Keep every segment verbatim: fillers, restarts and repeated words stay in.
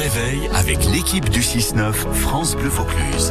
réveil avec l'équipe du six neuf France Bleu Vaucluse.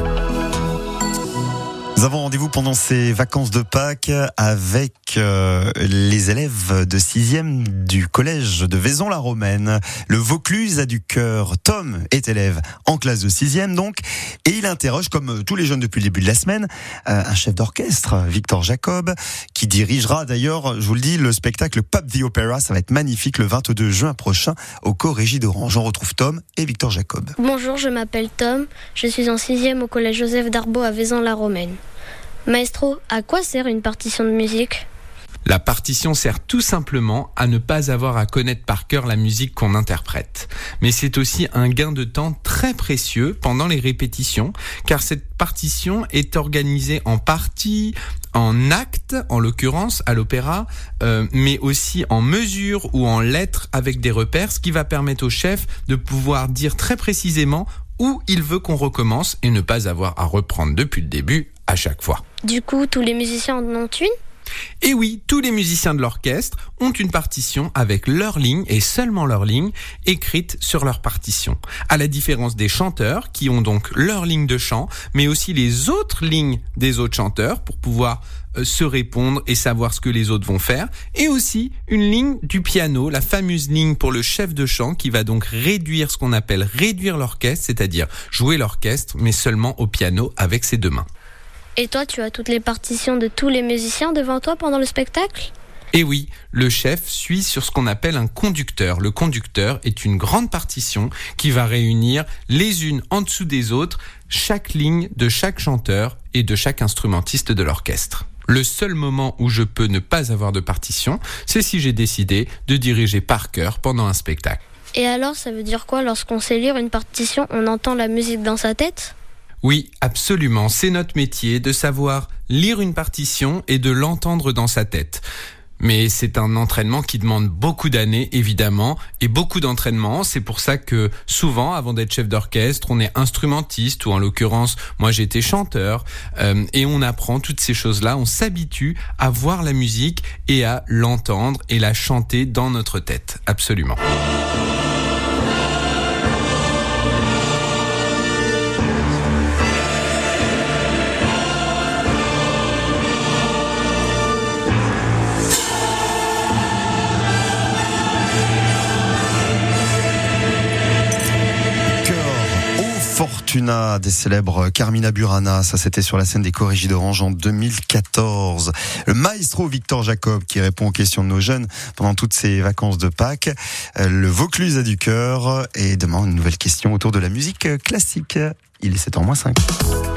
Nous avons rendez-vous pendant ces vacances de Pâques avec euh, les élèves de sixième du collège de Vaison-la-Romaine. Le Vaucluse a du cœur. Tom est élève en classe de sixième donc, et il interroge, comme tous les jeunes depuis le début de la semaine, euh, un chef d'orchestre, Victor Jacob, qui dirigera d'ailleurs, je vous le dis, le spectacle Pop the Opera. Ça va être magnifique le vingt-deux juin prochain au Chor Régie d'Orange. On retrouve Tom et Victor Jacob. Bonjour, je m'appelle Tom, je suis en sixième au collège Joseph Darbo à Vaison-la-Romaine. Maestro, à quoi sert une partition de musique ? La partition sert tout simplement à ne pas avoir à connaître par cœur la musique qu'on interprète. Mais c'est aussi un gain de temps très précieux pendant les répétitions, car cette partition est organisée en parties, en actes, en l'occurrence à l'opéra, euh, mais aussi en mesures ou en lettres avec des repères, ce qui va permettre au chef de pouvoir dire très précisément où il veut qu'on recommence et ne pas avoir à reprendre depuis le début à chaque fois. Du coup, tous les musiciens en ont une ? Et oui, tous les musiciens de l'orchestre ont une partition avec leur ligne et seulement leur ligne écrite sur leur partition. À la différence des chanteurs qui ont donc leur ligne de chant, mais aussi les autres lignes des autres chanteurs pour pouvoir euh, se répondre et savoir ce que les autres vont faire. Et aussi une ligne du piano, la fameuse ligne pour le chef de chant qui va donc réduire ce qu'on appelle réduire l'orchestre, c'est-à-dire jouer l'orchestre mais seulement au piano avec ses deux mains. Et toi, tu as toutes les partitions de tous les musiciens devant toi pendant le spectacle ? Et oui, le chef suit sur ce qu'on appelle un conducteur. Le conducteur est une grande partition qui va réunir les unes en dessous des autres chaque ligne de chaque chanteur et de chaque instrumentiste de l'orchestre. Le seul moment où je peux ne pas avoir de partition, c'est si j'ai décidé de diriger par cœur pendant un spectacle. Et alors, ça veut dire quoi lorsqu'on sait lire une partition, on entend la musique dans sa tête ? Oui, absolument. C'est notre métier de savoir lire une partition et de l'entendre dans sa tête. Mais c'est un entraînement qui demande beaucoup d'années, évidemment, et beaucoup d'entraînement. C'est pour ça que souvent, avant d'être chef d'orchestre, on est instrumentiste, ou en l'occurrence, moi j'étais chanteur, euh, et on apprend toutes ces choses-là. On s'habitue à voir la musique et à l'entendre et la chanter dans notre tête. Absolument. Fortuna des célèbres Carmina Burana, ça c'était sur la scène des Chor Régie d'Orange en deux mille quatorze. Le maestro Victor Jacob qui répond aux questions de nos jeunes pendant toutes ces vacances de Pâques. Le Vaucluse a du cœur et demain une nouvelle question autour de la musique classique. Il est sept heures moins cinq.